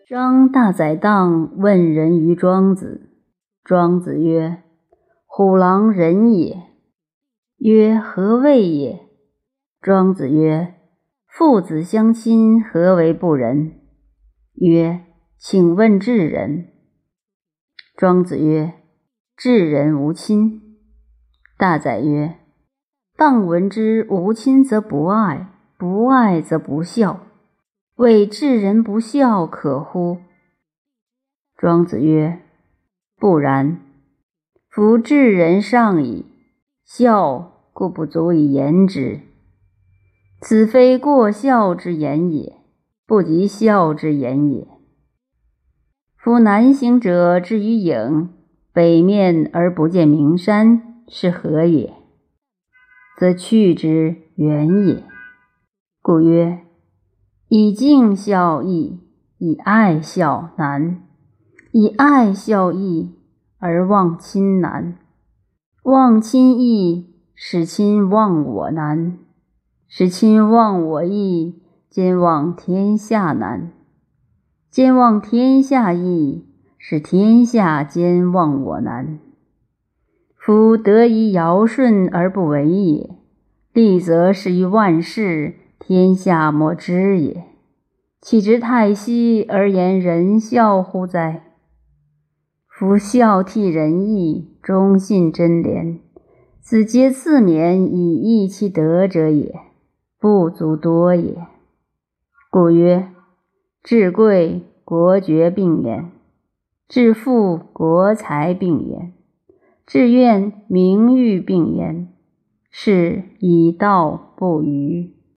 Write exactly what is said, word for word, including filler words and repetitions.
张大宰当问仁于庄子。庄子曰：虎狼人也。曰：何谓也？庄子曰：父子相亲，何为不仁？曰：请问至人。庄子曰：至人无亲。大宰曰：当闻之，无亲则不爱，不爱则不孝，谓至人不孝，可乎？庄子曰：不然。夫至人上矣，孝故不足以言之。此非过孝之言也，不及孝之言也。夫南行者至于郢，北面而不见名山，是何也？则去之远也。故曰：以敬孝易，以爱孝难。以爱孝易，而忘亲难。忘亲易，使亲忘我难。使亲忘我易，兼忘天下难。兼忘天下易，使天下兼忘我难。夫得以尧舜而不为也，利则施于万世，天下莫知也。岂知太息而言仁孝乎哉？夫孝悌仁义，忠信贞廉，子皆赐勉以益其德者也，不足多也。故曰：至贵国爵并焉，至富国财并焉，至怨名誉并焉，是以道不渝。